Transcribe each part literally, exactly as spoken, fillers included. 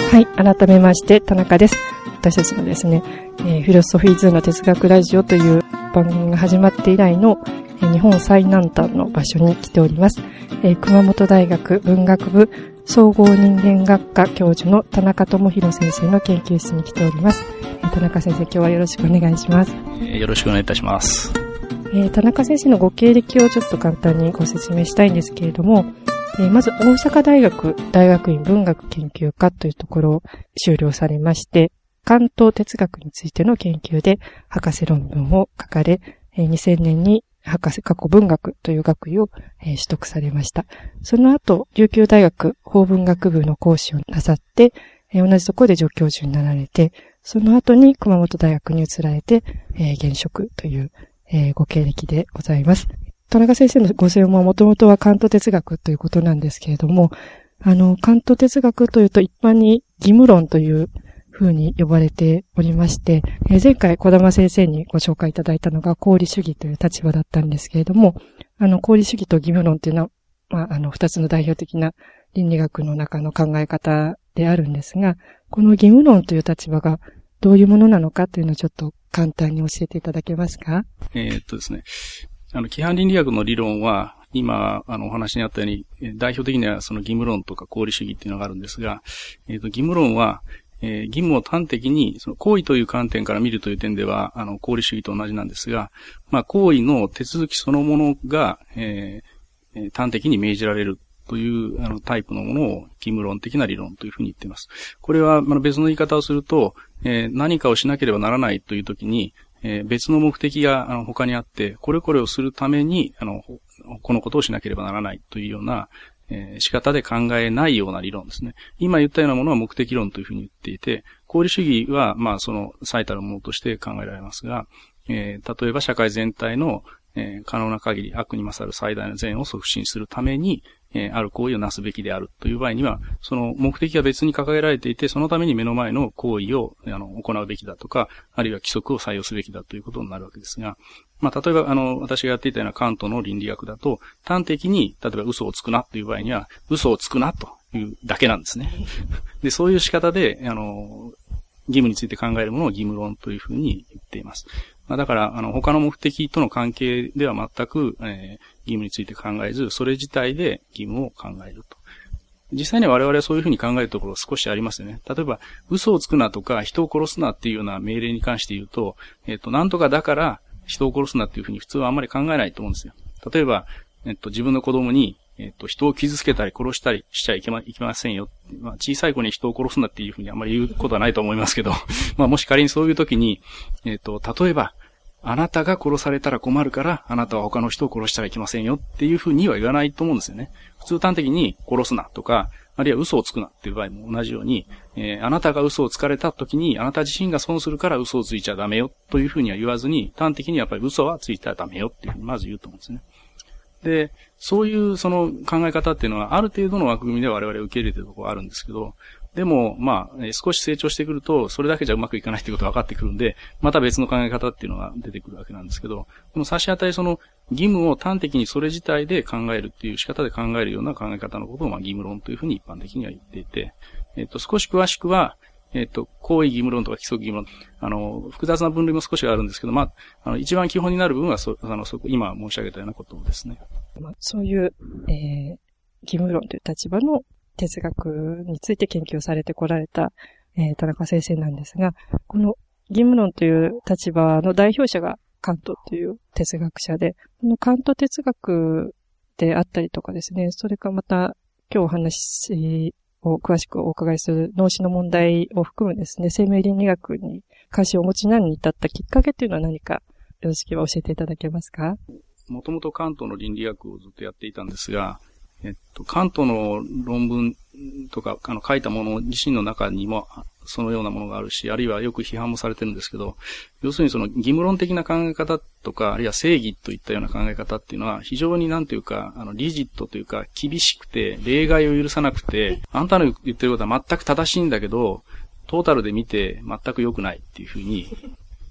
はい、改めまして田中です。私たちのですね、えー、フィロソフィーズの哲学ラジオという番組が始まって以来の、えー、日本最南端の場所に来ております。えー、熊本大学文学部総合人間学科教授の田中智博先生の研究室に来ております。えー、田中先生、今日はよろしくお願いします。 えー、よろしくお願いいたします。 えー、田中先生のご経歴をちょっと簡単にご説明したいんですけれども、えー、まず大阪大学大学院文学研究科というところを修了されまして、関東哲学についての研究で博士論文を書かれ、えー、にせんねんに博士過去文学という学位を、えー、取得されました。その後、琉球大学法文学部の講師をなさって、えー、同じところで助教授になられて、その後に熊本大学に移られて、えー、現職という、えー、ご経歴でございます。田中先生のご専門はもともとは関東哲学ということなんですけれども、あの、関東哲学というと一般に義務論という風に呼ばれておりまして、えー、前回小玉先生にご紹介いただいたのが功利主義という立場だったんですけれども、あの、功利主義と義務論というのは、まあ、あの、二つの代表的な倫理学の中の考え方であるんですが、この義務論という立場がどういうものなのかというのをちょっと簡単に教えていただけますか？ えー、っとですね。あの、規範倫理学の理論は、今、あの、お話にあったように、代表的にはその義務論とか功利主義っていうのがあるんですが、えっと、義務論は、えー、義務を端的に、その行為という観点から見るという点では、あの、功利主義と同じなんですが、まあ、行為の手続きそのものが、えー、端的に命じられるという、あの、タイプのものを義務論的な理論というふうに言っています。これは、まあ、別の言い方をすると、えー、何かをしなければならないというときに、えー、別の目的があの他にあって、これこれをするために、あの、このことをしなければならないというような、えー、仕方で考えないような理論ですね。今言ったようなものは目的論というふうに言っていて、功利主義は、まあ、その最たるものとして考えられますが、えー、例えば社会全体の、えー、可能な限り悪に勝る最大の善を促進するために、えー、ある行為をなすべきであるという場合には、その目的が別に掲げられていて、そのために目の前の行為をあの行うべきだとか、あるいは規則を採用すべきだということになるわけですが、まあ、例えば、あの、私がやっていたようなカントの倫理学だと、端的に、例えば嘘をつくなという場合には、嘘をつくなというだけなんですね。で、そういう仕方で、あの、義務について考えるものを義務論というふうに言っています。まあ、だから、あの、他の目的との関係では全く、えー、義務について考えず、それ自体で義務を考えると。実際には我々はそういうふうに考えるところ少しありますよね。例えば、嘘をつくなとか、人を殺すなっていうような命令に関して言うと、えっと、なんとかだから人を殺すなっていうふうに普通はあんまり考えないと思うんですよ。例えば、えっと、自分の子供に、えっと、人を傷つけたり殺したりしちゃいけま、いけませんよ。まあ、小さい子に人を殺すなっていうふうにあんまり言うことはないと思いますけど、まあ、もし仮にそういう時に、えっと、例えば、あなたが殺されたら困るから、あなたは他の人を殺したらいけませんよっていうふうには言わないと思うんですよね。普通端的に殺すなとか、あるいは嘘をつくなっていう場合も同じように、えー、あなたが嘘をつかれた時に、あなた自身が損するから嘘をついちゃダメよというふうには言わずに、端的にやっぱり嘘はついたらダメよっていうふうにまず言うと思うんですね。で、そういうその考え方っていうのは、ある程度の枠組みで我々受け入れているところがあるんですけど、でも、まあ、少し成長してくると、それだけじゃうまくいかないっていうことが分かってくるんで、また別の考え方っていうのが出てくるわけなんですけど、でも差し当たりその義務を端的にそれ自体で考えるっていう仕方で考えるような考え方のことを、まあ、義務論というふうに一般的には言っていて、えっと、少し詳しくは、えっと、行為義務論とか規則義務論、あの、複雑な分類も少しあるんですけど、まあ、あの、一番基本になる部分は、そ、あの、そこ、今申し上げたようなことですね。 まあ、そういう、えー、義務論という立場の哲学について研究されてこられた、えー、田中先生なんですが、この義務論という立場の代表者がカントという哲学者で、このカント哲学であったりとかですね、それからまた今日お話を詳しくお伺いする脳死の問題を含むですね、生命倫理学に関心をお持ちになるに至ったきっかけというのは何かよろしければ教えていただけますか？ もともとカントの倫理学をずっとやっていたんですが、えっと、カントの論文とか、あの、書いたもの自身の中にも、そのようなものがあるし、あるいはよく批判もされてるんですけど、要するにその義務論的な考え方とか、あるいは正義といったような考え方っていうのは、非常になんていうか、あの、リジットというか、厳しくて、例外を許さなくて、あんたの言ってることは全く正しいんだけど、トータルで見て全く良くないっていうふうに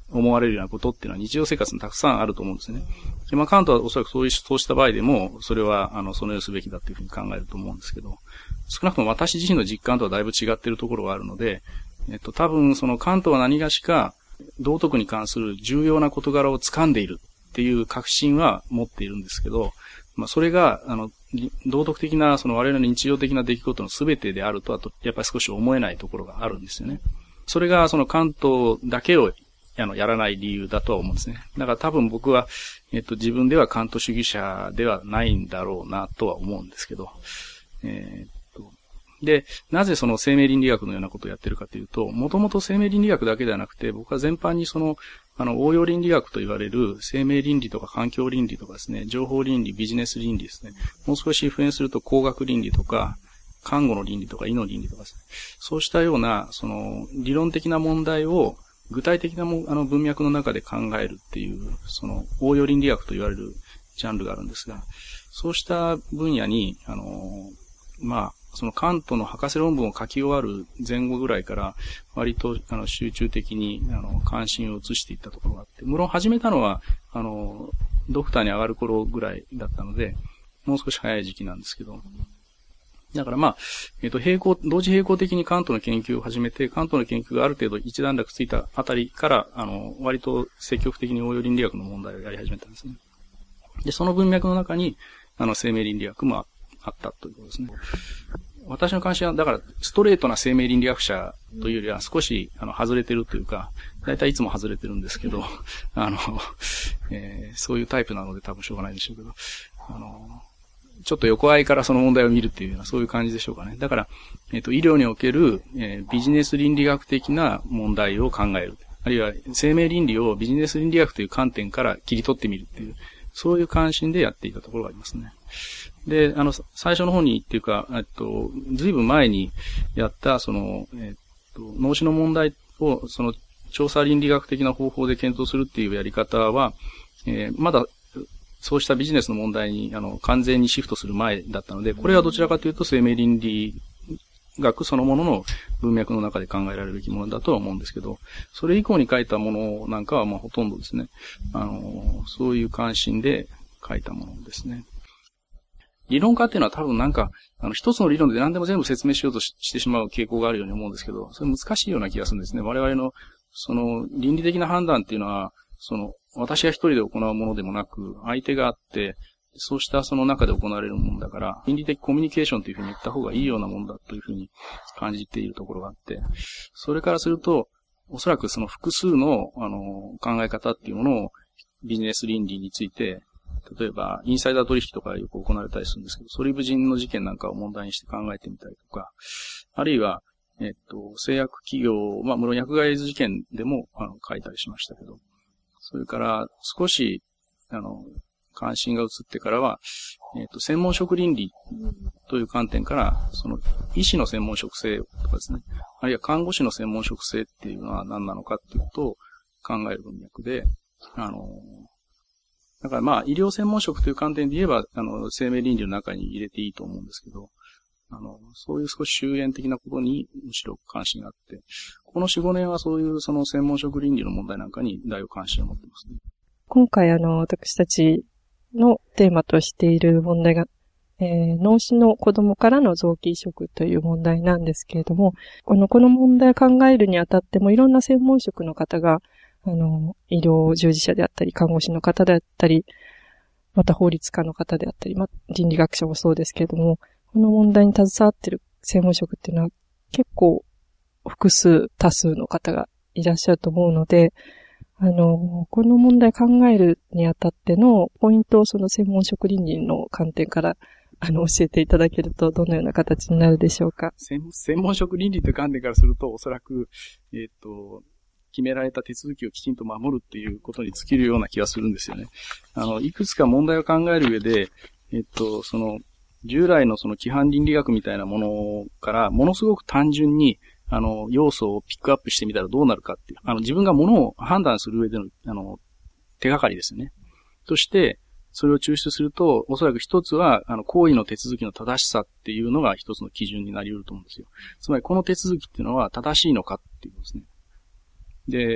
思われるようなことっていうのは日常生活にたくさんあると思うんですね。で、まあ、カントはおそらくそういう、そうした場合でも、それは、あの、そのようにすべきだというふうに考えると思うんですけど、少なくとも私自身の実感とはだいぶ違っているところがあるので、えっと、多分、そのカントは何がしか、道徳に関する重要な事柄を掴んでいるっていう確信は持っているんですけど、まあ、それが、あの、道徳的な、その我々の日常的な出来事の全てであるとは、やっぱり少し思えないところがあるんですよね。それが、そのカントだけを、あの、やらない理由だとは思うんですね。だから多分僕は、えっと、自分ではカント主義者ではないんだろうなとは思うんですけど、えー、っと、で、なぜその生命倫理学のようなことをやってるかというと、もともと生命倫理学だけではなくて、僕は全般にその、あの、応用倫理学と言われる生命倫理とか環境倫理とかですね、情報倫理、ビジネス倫理ですね。もう少し普遍すると工学倫理とか、看護の倫理とか医の倫理とかですね。そうしたような、その、理論的な問題を具体的なもあの文脈の中で考えるっていう、その、応用倫理学と言われるジャンルがあるんですが、そうした分野に、あの、まあ、そのカントの博士論文を書き終わる前後ぐらいから、割と、あの、集中的に、あの、関心を移していったところがあって、無論始めたのは、あの、ドクターに上がる頃ぐらいだったので、もう少し早い時期なんですけど、だからまあ、えっと、並行、同時並行的にカントの研究を始めて、カントの研究がある程度一段落ついたあたりから、あの、割と積極的に応用倫理学の問題をやり始めたんですね。で、その文脈の中に、あの、生命倫理学もあったということですね。私の関心は、だから、ストレートな生命倫理学者というよりは少し、あの、外れてるというか、だいたいいつも外れてるんですけど、あの、えー、そういうタイプなので多分しょうがないでしょうけど、あの、ちょっと横合いからその問題を見るっていうような、そういう感じでしょうかね。だから、えっと、医療における、えー、ビジネス倫理学的な問題を考える。あるいは、生命倫理をビジネス倫理学という観点から切り取ってみるっていう、そういう関心でやっていたところがありますね。で、あの、最初の方にっていうか、えっと、ずいぶん前にやった、その、えっと、脳死の問題を、その、調査倫理学的な方法で検討するっていうやり方は、えー、まだ、そうしたビジネスの問題に、あの、完全にシフトする前だったので、これはどちらかというと生命倫理学そのものの文脈の中で考えられるべきものだとは思うんですけど、それ以降に書いたものなんかは、まあ、ほとんどですね、あの、そういう関心で書いたものですね。理論家っていうのは多分なんか、あの、一つの理論で何でも全部説明しようと し, してしまう傾向があるように思うんですけど、それ難しいような気がするんですね。我々の、その、倫理的な判断っていうのは、その、私が一人で行うものでもなく、相手があって、そうしたその中で行われるものだから、倫理的コミュニケーションというふうに言った方がいいようなものだというふうに感じているところがあって、それからすると、おそらくその複数の、あの、考え方っていうものをビジネス倫理について、例えば、インサイダー取引とかよく行われたりするんですけど、ソリブ人の事件なんかを問題にして考えてみたりとか、あるいは、えっと、製薬企業、まあ、無論薬害事件でも、あの、書いたりしましたけど、それから、少し、あの、関心が移ってからは、えっと、専門職倫理という観点から、その、医師の専門職性とかですね、あるいは看護師の専門職性っていうのは何なのかっていうことを考える文脈で、あの、だからまあ、医療専門職という観点で言えば、あの、生命倫理の中に入れていいと思うんですけど、あの、そういう少し終焉的なことにむしろ関心があって、このよん、ごねんはそういうその専門職倫理の問題なんかに大を関心を持ってますね。 今回あの、私たちのテーマとしている問題が、えー、脳死の子供からの臓器移植という問題なんですけれども、この、この問題を考えるにあたってもいろんな専門職の方が、あの、医療従事者であったり、看護師の方であったり、また法律家の方であったり、まあ、倫理学者もそうですけれども、この問題に携わっている専門職っていうのは結構複数多数の方がいらっしゃると思うので、あの、この問題を考えるにあたってのポイントをその専門職倫理の観点からあの教えていただけるとどのような形になるでしょうか。 専, 専門職倫理という観点からするとおそらく、えっと、決められた手続きをきちんと守るっていうことに尽きるような気がするんですよね。あの、いくつか問題を考える上で、えっと、その、従来のその規範倫理学みたいなものからものすごく単純にあの要素をピックアップしてみたらどうなるかっていう、あの自分がものを判断する上でのあの手がかりですよね。としてそれを抽出すると、おそらく一つはあの行為の手続きの正しさっていうのが一つの基準になり得ると思うんですよ。つまりこの手続きっていうのは正しいのかっていうことですね。で、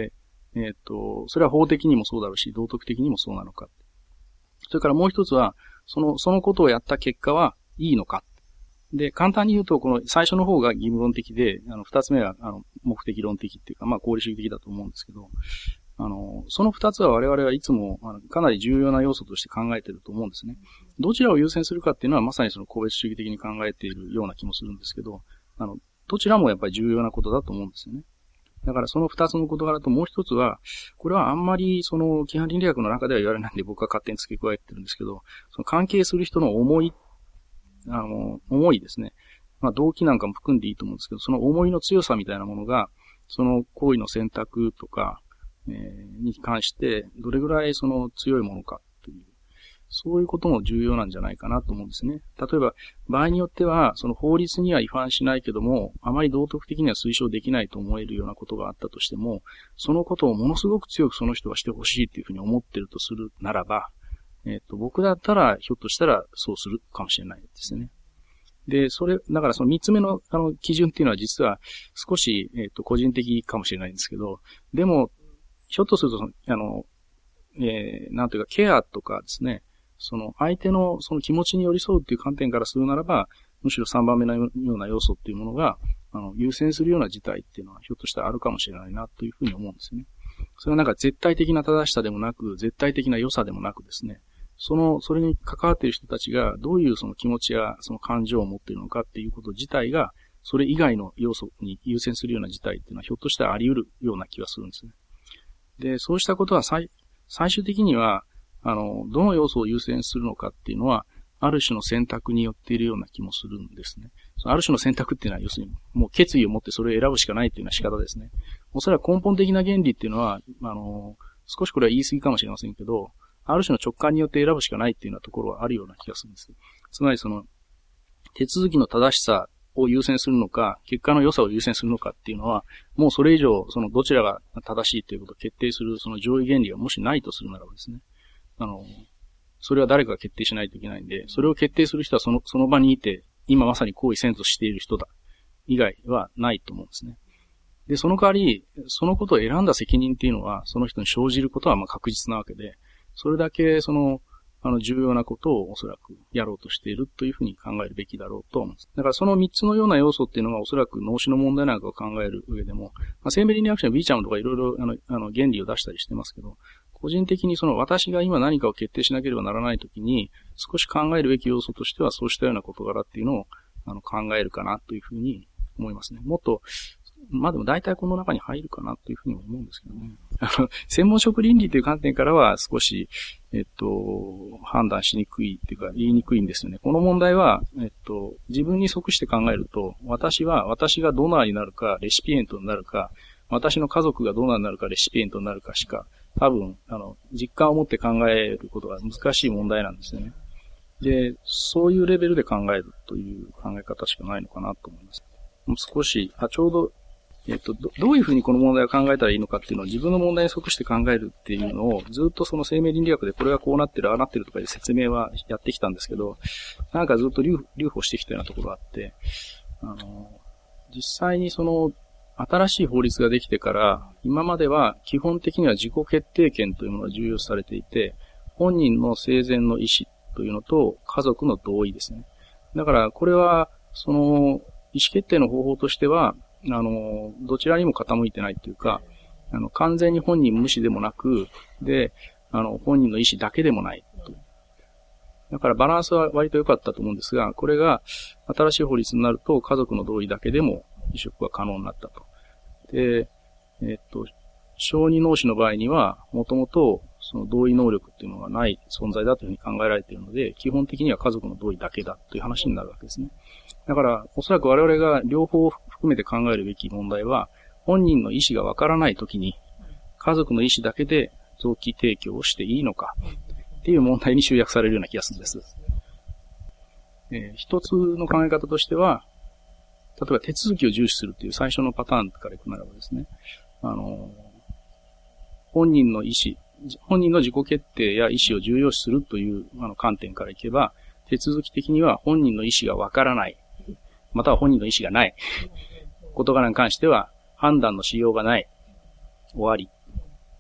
えっと、それは法的にもそうだろうし、道徳的にもそうなのか。それからもう一つは、その、そのことをやった結果はいいのか。で、簡単に言うと、この最初の方が義務論的で、あの、二つ目は、あの、目的論的っていうか、まあ、功利主義的だと思うんですけど、あの、その二つは我々はいつも、あの、かなり重要な要素として考えていると思うんですね。どちらを優先するかっていうのは、まさにその個別主義的に考えているような気もするんですけど、あの、どちらもやっぱり重要なことだと思うんですよね。だからその二つの事柄ともう一つは、これはあんまりその規範倫理学の中では言われないんで僕は勝手に付け加えてるんですけど、その関係する人の思い、あの、思いですね。まあ動機なんかも含んでいいと思うんですけど、その思いの強さみたいなものが、その行為の選択とか、えー、に関してどれぐらいその強いものかという、そういうことも重要なんじゃないかなと思うんですね。例えば、場合によっては、その法律には違反しないけども、あまり道徳的には推奨できないと思えるようなことがあったとしても、そのことをものすごく強くその人がしてほしいというふうに思ってるとするならば、えっと、僕だったら、ひょっとしたらそうするかもしれないですね。で、それ、だからその三つ目の、あの、基準っていうのは実は少し、えっと、個人的かもしれないんですけど、でも、ひょっとすると、あの、えー、なんというか、ケアとかですね、その相手のその気持ちに寄り添うっていう観点からするならば、むしろさんばんめのような要素っていうものが、あの、優先するような事態っていうのはひょっとしたらあるかもしれないなというふうに思うんですよね。それはなんか絶対的な正しさでもなく、絶対的な良さでもなくですね、その、それに関わっている人たちがどういうその気持ちやその感情を持っているのかっていうこと自体が、それ以外の要素に優先するような事態っていうのはひょっとしたらあり得るような気がするんですね。で、そうしたことは最、最終的には、あの、どの要素を優先するのかっていうのは、ある種の選択によっているような気もするんですね。そのある種の選択っていうのは、要するに、もう決意を持ってそれを選ぶしかないっていうような仕方ですね。おそらく根本的な原理っていうのは、あの、少しこれは言い過ぎかもしれませんけど、ある種の直感によって選ぶしかないっていうようなところはあるような気がするんです。つまりその、手続きの正しさを優先するのか、結果の良さを優先するのかっていうのは、もうそれ以上、そのどちらが正しいということを決定するその上位原理がもしないとするならばですね、あの、それは誰かが決定しないといけないんで、それを決定する人はその、その場にいて、今まさに行為せんとしている人だ、以外はないと思うんですね。で、その代わり、そのことを選んだ責任っていうのは、その人に生じることはまあ確実なわけで、それだけその、あの、重要なことをおそらくやろうとしているというふうに考えるべきだろうと思うんです。だからその三つのような要素っていうのがおそらく脳死の問題なんかを考える上でも、まあ、生命倫理学者のビーチャムとかいろいろあの、あの、原理を出したりしてますけど、個人的にその私が今何かを決定しなければならないときに、少し考えるべき要素としてはそうしたような事柄っていうのをあの考えるかなというふうに思いますね。もっと、まあでも大体この中に入るかなというふうに思うんですけどね。あの、専門職倫理という観点からは少し、えっと、判断しにくいっていうか言いにくいんですよね。この問題は、えっと、自分に即して考えると、私は、私がドナーになるか、レシピエントになるか、私の家族がドナーになるか、レシピエントになるかしか、多分、あの、実感を持って考えることが難しい問題なんですよね。で、そういうレベルで考えるという考え方しかないのかなと思います。もう少し、あ、ちょうど、えっとど、どういうふうにこの問題を考えたらいいのかっていうのを自分の問題に即して考えるっていうのをずっとその生命倫理学でこれはこうなってる、ああなってるとかいう説明はやってきたんですけど、なんかずっと留保してきたようなところがあって、あの、実際にその新しい法律ができてから、今までは基本的には自己決定権というものが重要視されていて、本人の生前の意思というのと家族の同意ですね。だからこれはその意思決定の方法としては、あの、どちらにも傾いてないというか、あの、完全に本人無視でもなく、で、あの、本人の意思だけでもないと。だからバランスは割と良かったと思うんですが、これが新しい法律になると家族の同意だけでも移植は可能になったと。で、えっと、小児脳死の場合には、もともとその同意能力っていうのがない存在だというふうに考えられているので、基本的には家族の同意だけだという話になるわけですね。だから、おそらく我々が両方含めて考えるべき問題は、本人の意思がわからないときに、家族の意思だけで臓器提供をしていいのか、っていう問題に集約されるような気がするんです。えー、一つの考え方としては、例えば手続きを重視するという最初のパターンからいくならばですね、あの、本人の意思、本人の自己決定や意思を重要視するというあの観点からいけば、手続き的には本人の意思がわからない。または本人の意思がない。事柄に関しては判断のしようがない。終わり。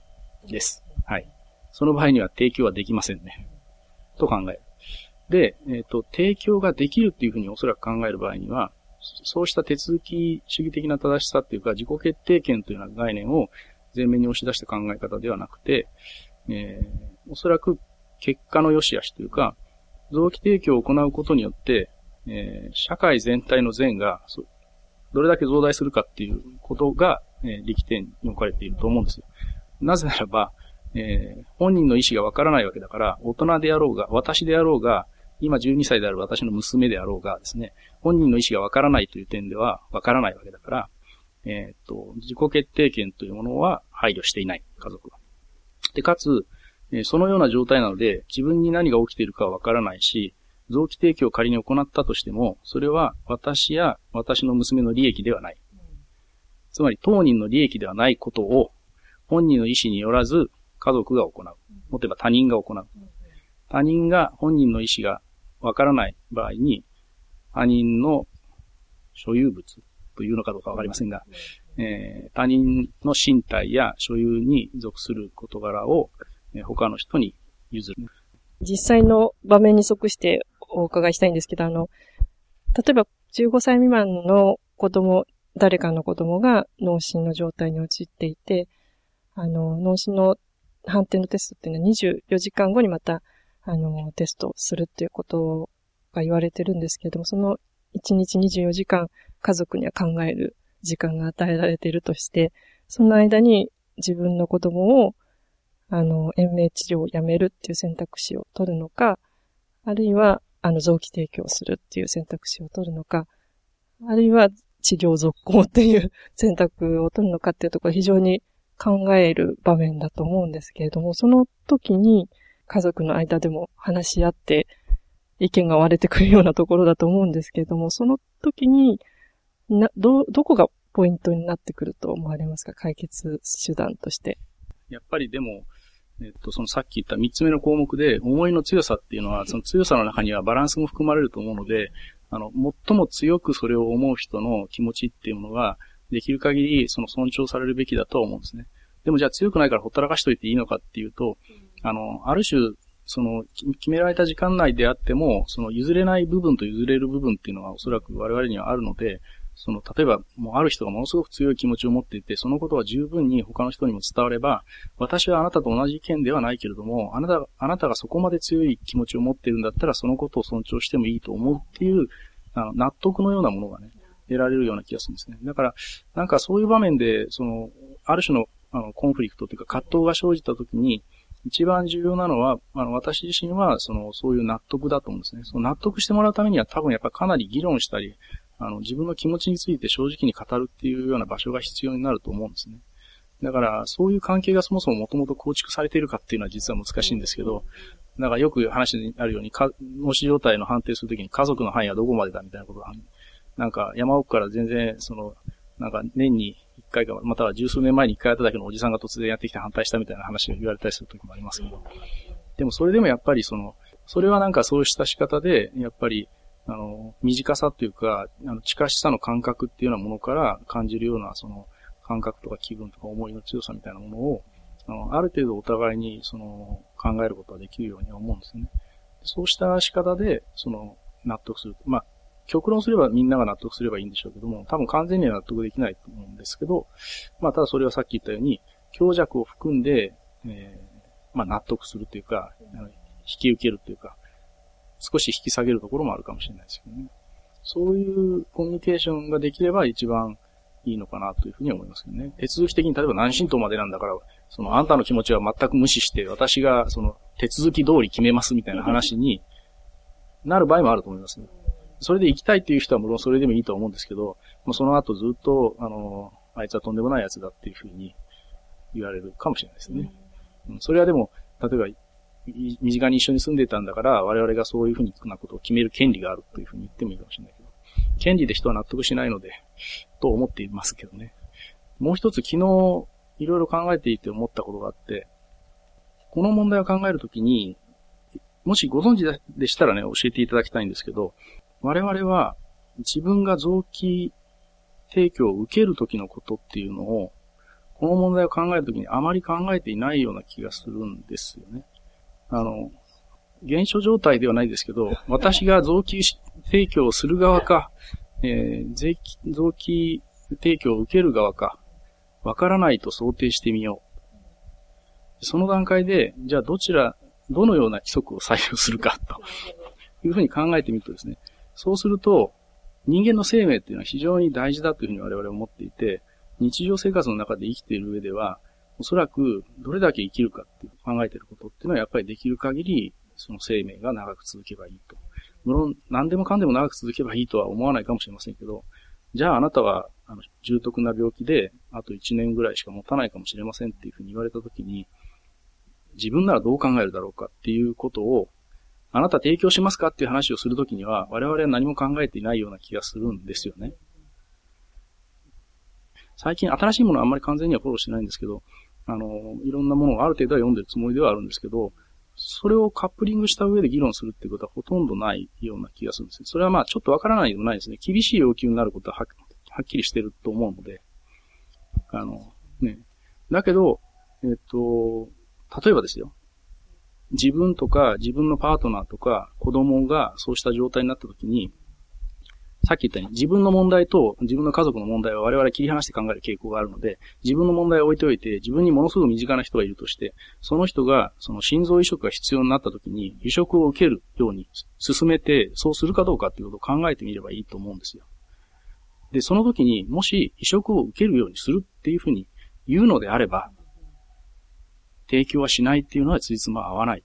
です。はい。その場合には提供はできませんね。と考える。で、えっと、提供ができるっていうふうにおそらく考える場合には、そうした手続き主義的な正しさっていうか、自己決定権というような概念を前面に押し出した考え方ではなくて、えー、おそらく結果の良し悪しというか、臓器提供を行うことによって、えー、社会全体の善がどれだけ増大するかっていうことが、えー、力点に置かれていると思うんですよ。なぜならば、えー、本人の意思がわからないわけだから、大人であろうが、私であろうが、今じゅうにさいである私の娘であろうがですね、本人の意思がわからないという点ではわからないわけだから、えっと、自己決定権というものは配慮していない、家族は。で、かつ、そのような状態なので、自分に何が起きているかはわからないし、臓器提供を仮に行ったとしても、それは私や私の娘の利益ではない。つまり、当人の利益ではないことを、本人の意思によらず、家族が行う。もっと言えば他人が行う。他人が本人の意思がわからない場合に、他人の所有物というのかどうかわかりませんが、えー、他人の身体や所有に属する事柄を、えー、他の人に譲る。 実際の場面に即してお伺いしたいんですけど、あの、例えばじゅうごさい未満の子供、誰かの子供が脳死の状態に陥っていて、あの、脳死の判定のテストっていうのはにじゅうよじかんごにまた、あの、テストするっていうことが言われてるんですけれども、そのいちにちにじゅうよじかん家族には考える時間が与えられているとして、その間に自分の子供を、あの、延命治療をやめるっていう選択肢を取るのか、あるいは、あの、臓器提供するっていう選択肢を取るのか、あるいは治療続行っていう選択を取るのかっていうところ非常に考える場面だと思うんですけれども、その時に家族の間でも話し合って意見が割れてくるようなところだと思うんですけれども、その時にな、ど、どこがポイントになってくると思われますか？解決手段として。 やっぱりでも、えっと、そのさっき言った三つ目の項目で、思いの強さっていうのは、その強さの中にはバランスも含まれると思うので、あの、最も強くそれを思う人の気持ちっていうものが、できる限り、その尊重されるべきだと思うんですね。でもじゃあ強くないからほったらかしといていいのかっていうと、あの、ある種、その、決められた時間内であっても、その譲れない部分と譲れる部分っていうのはおそらく我々にはあるので、その、例えば、もうある人がものすごく強い気持ちを持っていて、そのことは十分に他の人にも伝われば、私はあなたと同じ意見ではないけれども、あなた、あなたがそこまで強い気持ちを持っているんだったら、そのことを尊重してもいいと思うっていう、あの、納得のようなものがね、得られるような気がするんですね。だから、なんかそういう場面で、その、ある種の、あの、コンフリクトというか葛藤が生じたときに、一番重要なのは、あの、私自身は、その、そういう納得だと思うんですね。その納得してもらうためには多分やっぱりかなり議論したり、あの、自分の気持ちについて正直に語るっていうような場所が必要になると思うんですね。だから、そういう関係がそもそももともと構築されているかっていうのは実は難しいんですけど、だからよく話にあるように、脳死状態の判定するときに家族の範囲はどこまでだみたいなことが、なんか山奥から全然、その、なんか年に一回か、または十数年前に一回やっただけのおじさんが突然やってきて反対したみたいな話を言われたりするときもありますけど、でもそれでもやっぱりその、それはなんかそうした仕方で、やっぱり、あの、短さというか、あの、近しさの感覚っていうようなものから感じるような、その、感覚とか気分とか思いの強さみたいなものを、あの、ある程度お互いに、その、考えることができるようには思うんですよね。そうした仕方で、その、納得する。まあ、極論すればみんなが納得すればいいんでしょうけども、多分完全には納得できないと思うんですけど、まあ、ただそれはさっき言ったように、強弱を含んで、えー、まあ、納得するというか、引き受けるというか、少し引き下げるところもあるかもしれないですけどね。そういうコミュニケーションができれば一番いいのかなというふうに思いますけどね。手続き的に例えば何神道までなんだから、そのあんたの気持ちは全く無視して私がその手続き通り決めますみたいな話になる場合もあると思いますね。それで行きたいっていう人はもちろんそれでもいいと思うんですけど、もうその後ずっと、あの、あいつはとんでもないやつだっていうふうに言われるかもしれないですね。うん、それはでも、例えば、身近に一緒に住んでたんだから、我々がそういうふうなことを決める権利があるというふうに言ってもいいかもしれないけど、権利で人は納得しないので、と思っていますけどね。もう一つ昨日、いろいろ考えていて思ったことがあって、この問題を考えるときに、もしご存知でしたらね、教えていただきたいんですけど、我々は自分が臓器提供を受けるときのことっていうのを、 この問題を考えるときにあまり考えていないような気がするんですよね。あの、現象状態ではないですけど、私が臓器提供をする側か、えー、臓器、臓器提供を受ける側か、わからないと想定してみよう。その段階で、じゃあどちら、どのような規則を採用するか、というふうに考えてみるとですね、そうすると、人間の生命っていうのは非常に大事だというふうに我々は思っていて、日常生活の中で生きている上では、おそらくどれだけ生きるかっていう考えていることっていうのはやっぱりできる限り、その生命が長く続けばいいと。無論、何でもかんでも長く続けばいいとは思わないかもしれませんけど、じゃああなたは、あの、重篤な病気で、あといちねんぐらいしか持たないかもしれませんっていうふうに言われたときに、自分ならどう考えるだろうかっていうことを、あなた提供しますかっていう話をするときには、我々は何も考えていないような気がするんですよね。最近新しいものはあんまり完全にはフォローしてないんですけど、あの、いろんなものをある程度は読んでるつもりではあるんですけど、それをカップリングした上で議論するっていうことはほとんどないような気がするんですね。それはまあちょっとわからないでもないですね。厳しい要求になることは は, はっきりしてると思うので。あの、ね。だけど、えっと、例えばですよ。自分とか自分のパートナーとか子供がそうした状態になったときに、さっき言ったように自分の問題と自分の家族の問題は我々切り離して考える傾向があるので、自分の問題を置いておいて、自分にものすごく身近な人がいるとして、その人がその心臓移植が必要になったときに移植を受けるように進めて、そうするかどうかっていうことを考えてみればいいと思うんですよ。で、その時にもし移植を受けるようにするっていうふうに言うのであれば、提供はしないっていうのはつじつま合わない。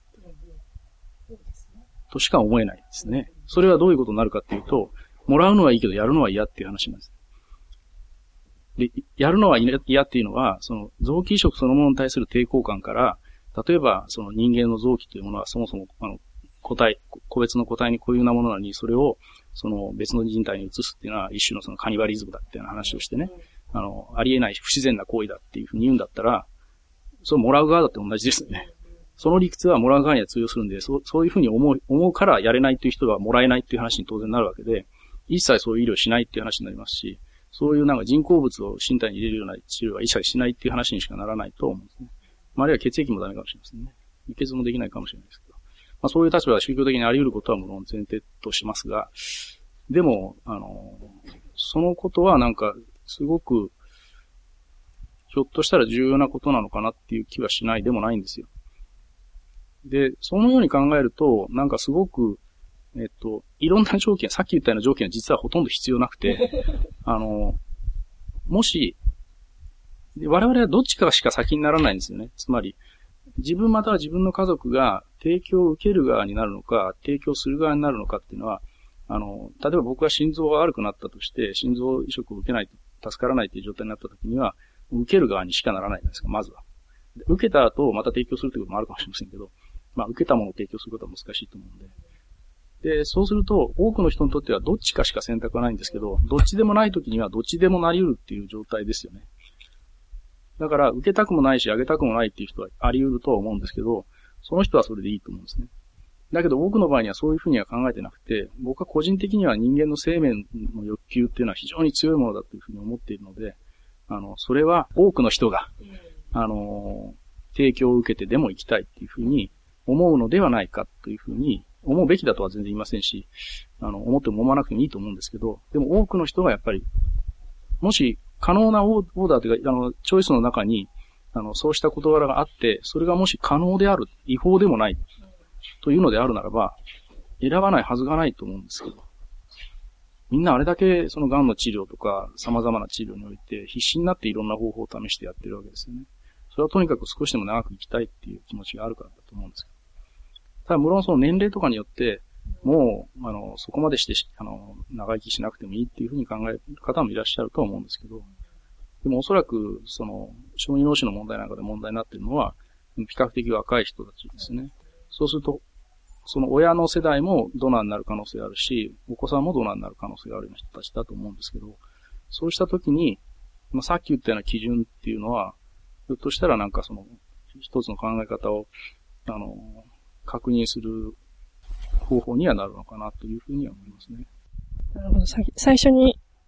としか思えないですね。それはどういうことになるかっていうと、もらうのはいいけどやるのは嫌っていう話なんです。で、やるのは嫌っていうのは、その臓器移植そのものに対する抵抗感から、例えばその人間の臓器というものはそもそもあの個体、個別の個体に固有なものなのに、それをその別の人体に移すっていうのは一種のそのカニバリズムだっていう話をしてね、あの、ありえない不自然な行為だっていうふうに言うんだったら、それもらう側だって同じですよね。その理屈はもらう側には通用するんで、そう、そういうふうに思う、思うからやれないという人はもらえないっていう話に当然なるわけで、一切そういう医療しないっていう話になりますし、そういうなんか人工物を身体に入れるような治療は一切しないっていう話にしかならないと思うんですね。まあ、あるいは血液もダメかもしれませんね。輸血もできないかもしれないですけど。まあそういう立場は宗教的にあり得ることはもちろん前提としますが、でも、あの、そのことはなんか、すごく、ひょっとしたら重要なことなのかなっていう気はしないでもないんですよ。で、そのように考えると、なんかすごく、えっと、いろんな条件、さっき言ったような条件は実はほとんど必要なくて、あの、もし、我々はどっちかしか先にならないんですよね。つまり、自分または自分の家族が提供を受ける側になるのか、提供する側になるのかっていうのは、あの、例えば僕が心臓が悪くなったとして、心臓移植を受けないと助からないという状態になった時には、受ける側にしかならないじゃないですか、まずは。受けた後、また提供するということもあるかもしれませんけど、まあ、受けたものを提供することは難しいと思うんで。で、そうすると、多くの人にとってはどっちかしか選択はないんですけど、どっちでもない時にはどっちでもなり得るっていう状態ですよね。だから、受けたくもないし、あげたくもないっていう人はあり得るとは思うんですけど、その人はそれでいいと思うんですね。だけど、多くの場合にはそういうふうには考えてなくて、僕は個人的には人間の生命の欲求っていうのは非常に強いものだというふうに思っているので、あの、それは多くの人が、あの、提供を受けてでも行きたいっていうふうに思うのではないかというふうに思うべきだとは全然言いませんし、あの、思っても思わなくてもいいと思うんですけど、でも多くの人がやっぱり、もし可能なオーダーというか、あの、チョイスの中に、あの、そうした事柄があって、それがもし可能である、違法でもない、というのであるならば、選ばないはずがないと思うんですけど、みんなあれだけその癌の治療とか様々な治療において必死になっていろんな方法を試してやってるわけですよね。それはとにかく少しでも長く生きたいっていう気持ちがあるからだと思うんですけど。ただ無論その年齢とかによって、もう、あの、そこまでして、あの、長生きしなくてもいいっていうふうに考える方もいらっしゃるとは思うんですけど、でもおそらく、その、小児脳死の問題なんかで問題になっているのは、比較的若い人たちですね。そうすると、その親の世代もドナーになる可能性があるし、お子さんもドナーになる可能性があるような人たちだと思うんですけど、そうしたときに、まあ、さっき言ったような基準っていうのは、ひょっとしたらなんかその、一つの考え方を、あの、確認する方法にはなるのかなというふうには思いますね。 なるほど。最初に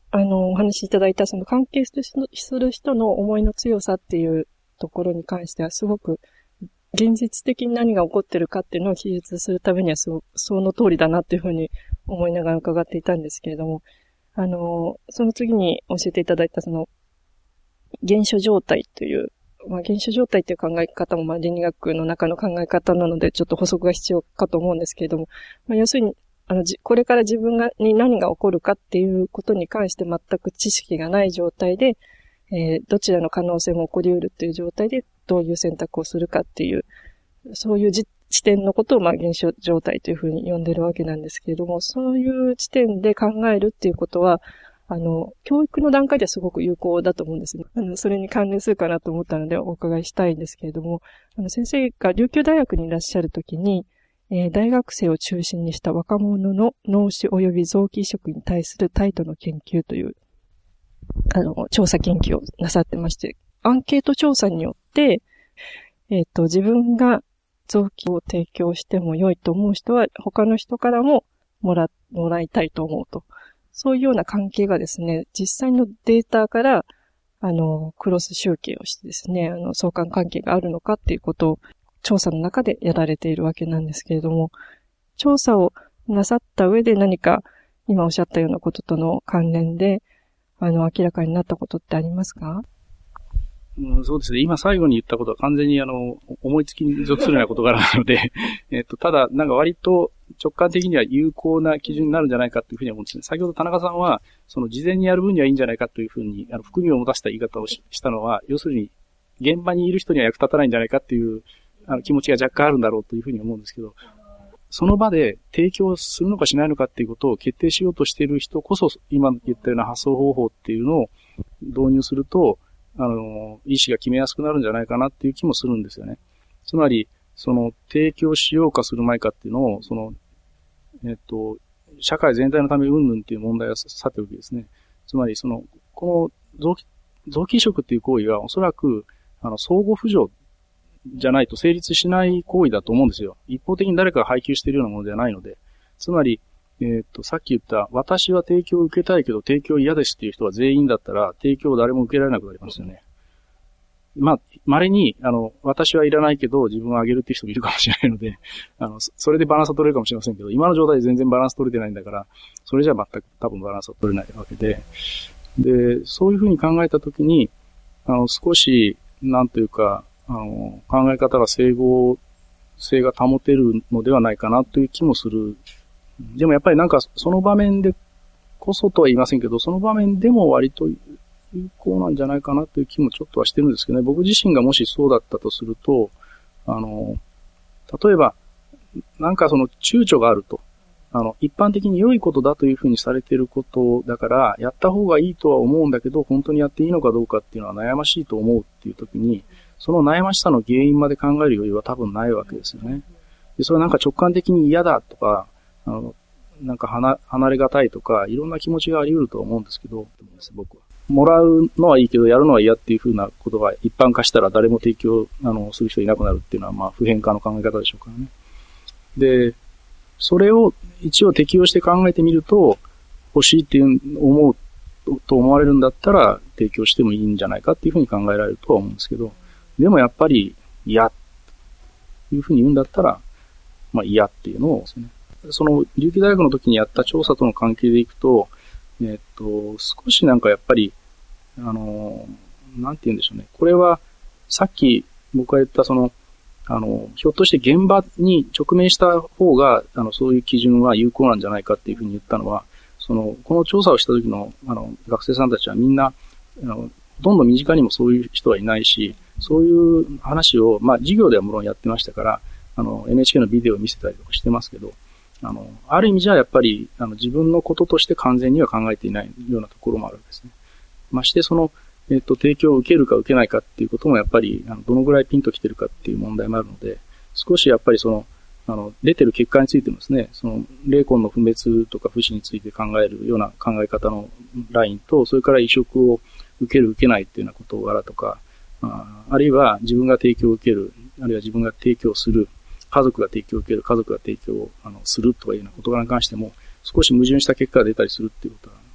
あの、お話しいただいたその関係する人の思いの強さっていうところに関してはすごく現実的に何が起こってるかっていうのを記述するためにはそ、その通りだなっていうふうに思いながら伺っていたんですけれども、あの、その次に教えていただいたその原初状態という、まあ、原初状態という考え方もまあ倫理学の中の考え方なのでちょっと補足が必要かと思うんですけれども、まあ、要するにあの、これから自分が、に何が起こるかっていうことに関して全く知識がない状態で、えー、どちらの可能性も起こり得るっていう状態でどういう選択をするかっていう、そういう視点のことをまあ現象状態というふうに呼んでるわけなんですけれども、そういう視点で考えるっていうことは、あの、教育の段階ではすごく有効だと思うんですね。あの、それに関連するかなと思ったのでお伺いしたいんですけれども、あの、先生が琉球大学にいらっしゃるときに、えー、大学生を中心にした若者の脳死及び臓器移植に対する態度の研究という、あの、調査研究をなさってまして、アンケート調査によって、えっと、自分が臓器を提供しても良いと思う人は、他の人からももら、もらいたいと思うと。そういうような関係がですね、実際のデータから、あの、クロス集計をしてですね、あの、相関関係があるのかっていうことを、調査の中でやられているわけなんですけれども、調査をなさった上で何か今おっしゃったようなこととの関連で、あの、明らかになったことってありますか？ うん、そうですね。今最後に言ったことは完全にあの、思いつきに属するような事柄なので、えっと、ただ、なんか割と直感的には有効な基準になるんじゃないかというふうに思うんですね。先ほど田中さんは、その事前にやる分にはいいんじゃないかというふうに、あの、含みを持たせた言い方を し, したのは、要するに、現場にいる人には役立たないんじゃないかっていう、あの気持ちが若干あるんだろうというふうに思うんですけど、その場で提供するのかしないのかっていうことを決定しようとしている人こそ、今言ったような発想方法っていうのを導入すると、あの、意思が決めやすくなるんじゃないかなっていう気もするんですよね。つまり、その、提供しようかするまいかっていうのを、その、えっと、社会全体のため云々っていう問題はさておきですね。つまり、その、この臓器、臓器移植っていう行為がおそらく、あの、相互扶助じゃないと成立しない行為だと思うんですよ。一方的に誰かが配給しているようなものではないので。つまり、えー、っと、さっき言った、私は提供を受けたいけど提供嫌ですっていう人は全員だったら、提供を誰も受けられなくなりますよね。まあ、稀に、あの、私はいらないけど自分はあげるっていう人もいるかもしれないので、あの、それでバランスは取れるかもしれませんけど、今の状態で全然バランス取れてないんだから、それじゃ全く多分バランスは取れないわけで、で、そういうふうに考えたときに、あの、少し、なんというか、あの、考え方が整合性が保てるのではないかなという気もする。でもやっぱりなんかその場面でこそとは言いませんけど、その場面でも割と有効なんじゃないかなという気もちょっとはしてるんですけどね。僕自身がもしそうだったとすると、あの、例えば、なんかその躊躇があると。あの、一般的に良いことだというふうにされていることだから、やった方がいいとは思うんだけど、本当にやっていいのかどうかっていうのは悩ましいと思うっていう時に、その悩ましさの原因まで考える余裕は多分ないわけですよね。で、それはなんか直感的に嫌だとか、あの、なんか離、離れがたいとか、いろんな気持ちがあり得ると思うんですけど、僕は。もらうのはいいけど、やるのは嫌っていうふうなことが一般化したら誰も提供、あの、する人いなくなるっていうのは、まあ、普遍化の考え方でしょうからね。で、それを一応適用して考えてみると、欲しいっていう思うと思われるんだったら、提供してもいいんじゃないかっていうふうに考えられるとは思うんですけど、でもやっぱり嫌というふうに言うんだったら、まあ嫌っていうのをですね。その琉球大学の時にやった調査との関係でいくと、えっと、少しなんかやっぱり、あの、なんて言うんでしょうね。これはさっき僕が言ったその、あの、ひょっとして現場に直面した方が、あの、そういう基準は有効なんじゃないかっていうふうに言ったのは、その、この調査をした時の、あの、学生さんたちはみんな、あの、ほとんど身近にもそういう人はいないし、そういう話を、まあ、授業ではもろんやってましたから、あの、エヌエイチケー のビデオを見せたりとかしてますけど、あの、ある意味じゃやっぱり、あの、自分のこととして完全には考えていないようなところもあるんですね。ましてその、えっと、提供を受けるか受けないかっていうこともやっぱり、あの、どのぐらいピンときてるかっていう問題もあるので、少しやっぱりその、あの、出てる結果についてもですね、その、霊魂の不滅とか不死について考えるような考え方のラインと、それから移植を受ける受けないっていうような事柄とか、あ, あるいは自分が提供を受ける、あるいは自分が提供する、家族が提供を受ける、家族が提供をあのするとかいうような事柄に関しても、少し矛盾した結果が出たりするっていうことは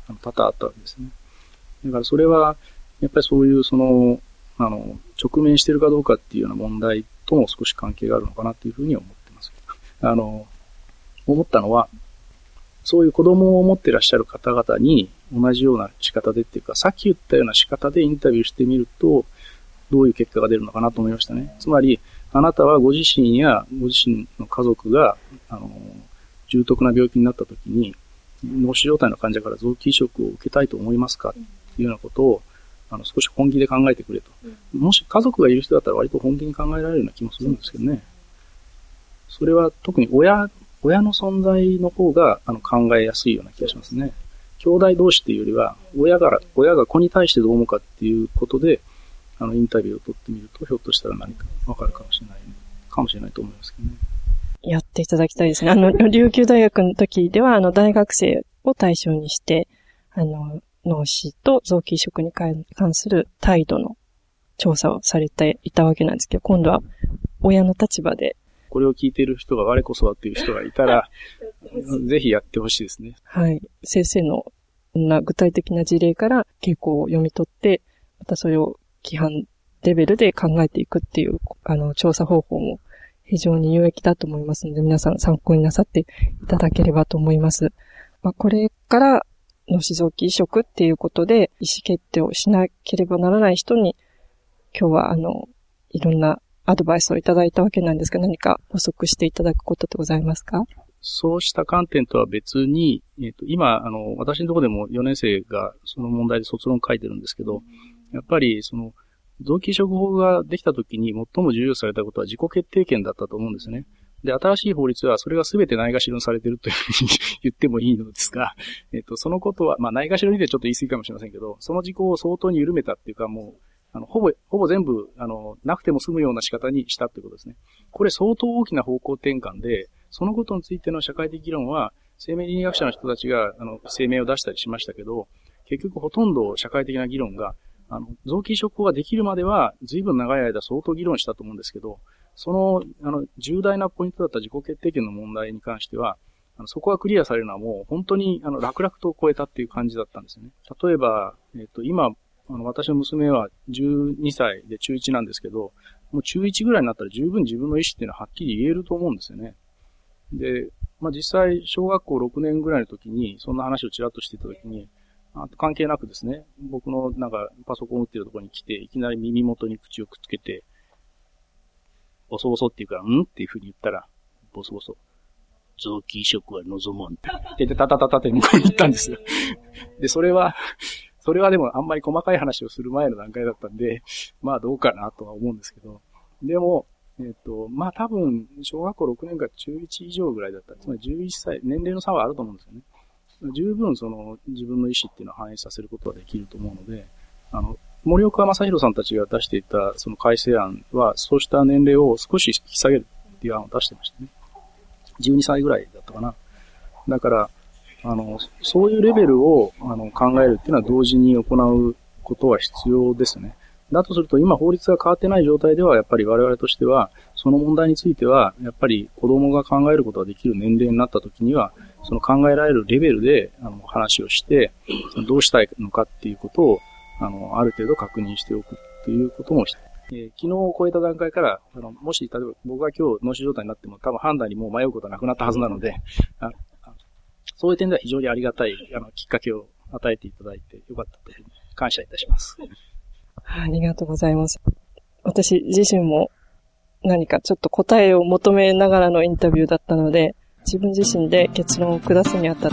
あの多々あったわけですね。だからそれは、やっぱりそういうその、あの、直面しているかどうかっていうような問題とも少し関係があるのかなっていうふうには思ってます。あの、思ったのは、そういう子供を持っていらっしゃる方々に同じような仕方でっていうか、さっき言ったような仕方でインタビューしてみると、どういう結果が出るのかなと思いましたね。つまり、あなたはご自身やご自身の家族が、あの、重篤な病気になった時に、脳死状態の患者から臓器移植を受けたいと思いますかっていうようなことを、あの、少し本気で考えてくれと。もし家族がいる人だったら割と本気に考えられるような気もするんですけどね。それは特に親、親の存在の方があの考えやすいような気がしますね。兄弟同士っていうよりは、親が、親が子に対してどう思うかっていうことで、あの、インタビューを取ってみると、ひょっとしたら何かわかるかもしれない、かもしれないと思いますけどね。 やっていただきたいですね。あの、琉球大学の時では、あの、大学生を対象にして、あの、脳死と臓器移植に関する態度の調査をされていたわけなんですけど、今度は親の立場で。 これを聞いている人が我こそはっていう人がいたら、ぜひやってほしいですね。 はい。先生のな具体的な事例から傾向を読み取って、またそれを規範レベルで考えていくっていう、あの、調査方法も非常に有益だと思いますので、皆さん参考になさっていただければと思います。まあ、これから、脳死臓器移植っていうことで意思決定をしなければならない人に、今日はあの、いろんなアドバイスをいただいたわけなんですが、何か補足していただくことってございますか？ そうした観点とは別に、えっと、今、あの、私のところでもよねん生がその問題で卒論書いてるんですけど、やっぱりその、臓器移植法ができたときに最も重要視されたことは自己決定権だったと思うんですね。で、新しい法律はそれが全てないがしろにされているというふうに言ってもいいのですが、えっと、そのことは、まあ、ないがしろにでちょっと言い過ぎかもしれませんけど、その事項を相当に緩めたっていうか、もう、あの、ほぼ、ほぼ全部、あの、なくても済むような仕方にしたということですね。これ相当大きな方向転換で、そのことについての社会的議論は、生命倫理学者の人たちが、あの、声明を出したりしましたけど、結局ほとんど社会的な議論が、あの、臓器移植法ができるまでは、随分長い間相当議論したと思うんですけど、その、あの、重大なポイントだった自己決定権の問題に関しては、あのそこがクリアされるのはもう本当に、あの、楽々と超えたっていう感じだったんですよね。例えば、えっと、今、あの、私の娘はじゅうにさいで中いちなんですけど、もう中いちぐらいになったら十分自分の意思っていうのははっきり言えると思うんですよね。で、まあ、実際、小学校ろくねんぐらいの時に、そんな話をちらっとしていた時に、あ関係なくですね、僕のなんかパソコンを打ってるところに来て、いきなり耳元に口をくっつけて、ボソボソって言うから、んっていう風に言ったら、ボソボソ。臓器移植は望もんって。で、で、タタタタって向こうに行ったんですよ。で、それは、それはでもあんまり細かい話をする前の段階だったんで、まあどうかなとは思うんですけど。でも、えっと、まあ多分、小学校ろくねんから中いち以上ぐらいだった。つまりじゅういっさい、年齢の差はあると思うんですよね。十分その自分の意思っていうのを反映させることはできると思うので、あの、森岡正弘さんたちが出していたその改正案は、そうした年齢を少し引き下げるっていう案を出してましたね。じゅうにさいぐらいだったかな。だから、あの、そういうレベルをあの考えるっていうのは同時に行うことは必要ですね。だとすると今法律が変わってない状態ではやっぱり我々としてはその問題についてはやっぱり子供が考えることができる年齢になった時にはその考えられるレベルであの話をしてどうしたいのかっていうことをあのある程度確認しておくっていうこともして、えー、昨日を超えた段階からあのもし例えば僕が今日脳死状態になっても多分判断にもう迷うことはなくなったはずなのであそういう点では非常にありがたいあのきっかけを与えていただいてよかったというふうに感謝いたします。 ありがとうございます。私自身も何かちょっと答えを求めながらのインタビューだったので、自分自身で結論を下すにあたって、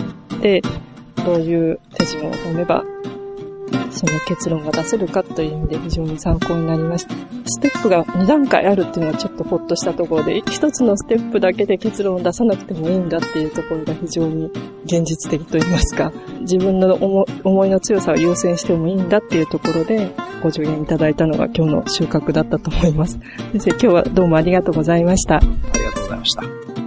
どういう手順を踏めば、その結論が出せるかという意味で非常に参考になりました。ステップがにだんかいあるっていうのはちょっとほっとしたところで、一つのステップだけで結論を出さなくてもいいんだっていうところが非常に現実的といいますか、自分の思、思いの強さを優先してもいいんだっていうところでご助言いただいたのが今日の収穫だったと思います。先生、今日はどうもありがとうございました。 ありがとうございました。